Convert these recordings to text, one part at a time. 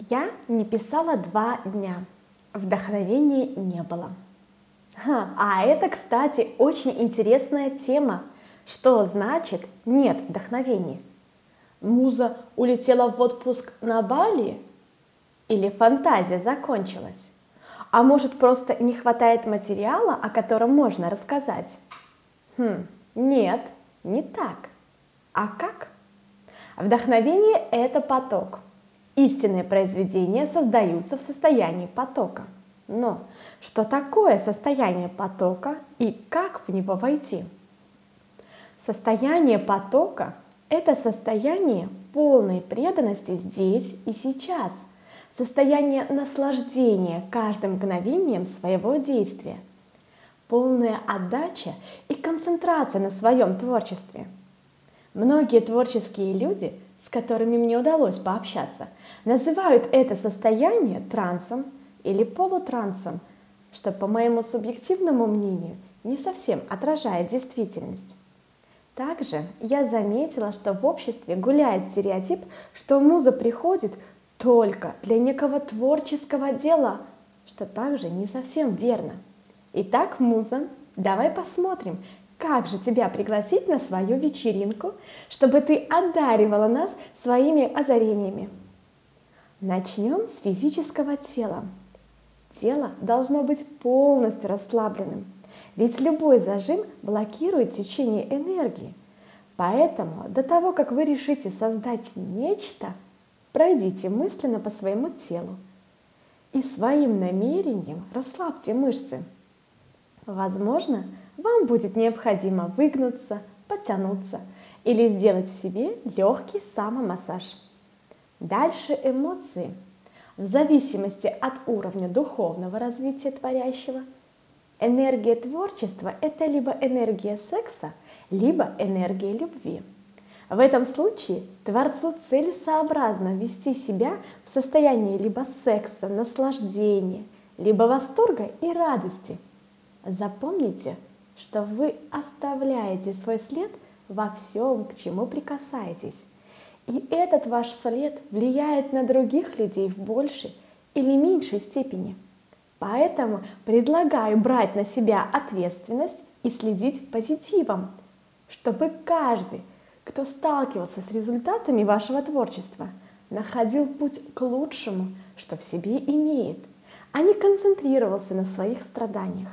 Я не писала 2 дня. Вдохновения не было. А это, кстати, очень интересная тема. Что значит нет вдохновения? Муза улетела в отпуск на Бали? Или фантазия закончилась? А может, просто не хватает материала, о котором можно рассказать? Нет, не так. А как? Вдохновение – это поток. Истинные произведения создаются в состоянии потока. Но что такое состояние потока и как в него войти? Состояние потока – это состояние полной преданности здесь и сейчас, состояние наслаждения каждым мгновением своего действия, полная отдача и концентрация на своем творчестве. Многие творческие люди, с которыми мне удалось пообщаться, называют это состояние трансом или полутрансом, что, по моему субъективному мнению, не совсем отражает действительность. Также я заметила, что в обществе гуляет стереотип, что муза приходит только для некого творческого дела, что также не совсем верно. Итак, муза, давай посмотрим, как же тебя пригласить на свою вечеринку, чтобы ты одаривала нас своими озарениями. Начнем с физического тела. Тело должно быть полностью расслабленным, ведь любой зажим блокирует течение энергии. Поэтому до того, как вы решите создать нечто, пройдите мысленно по своему телу и своим намерением расслабьте мышцы. Возможно, вам будет необходимо выгнуться, потянуться или сделать себе легкий самомассаж. Дальше эмоции. В зависимости от уровня духовного развития творящего, энергия творчества – это либо энергия секса, либо энергия любви. В этом случае Творцу целесообразно вести себя в состоянии либо секса, наслаждения, либо восторга и радости. Запомните, что вы оставляете свой след во всем, к чему прикасаетесь. И этот ваш след влияет на других людей в большей или меньшей степени. Поэтому предлагаю брать на себя ответственность и следить позитивом, чтобы каждый, кто сталкивался с результатами вашего творчества, находил путь к лучшему, что в себе имеет, а не концентрировался на своих страданиях.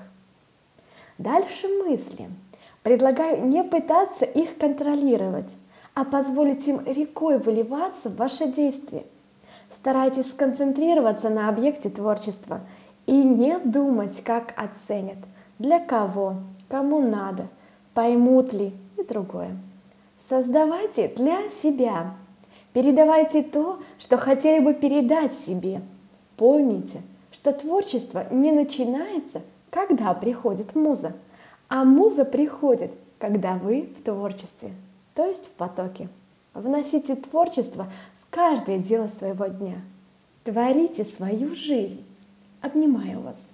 Дальше мысли. Предлагаю не пытаться их контролировать, а позволить им рекой выливаться в ваше действие. Старайтесь сконцентрироваться на объекте творчества и не думать, как оценят, для кого, кому надо, поймут ли и другое. Создавайте для себя. Передавайте то, что хотели бы передать себе. Помните, что творчество не начинается, когда приходит муза, а муза приходит, когда вы в творчестве, то есть в потоке. Вносите творчество в каждое дело своего дня. Творите свою жизнь. Обнимаю вас.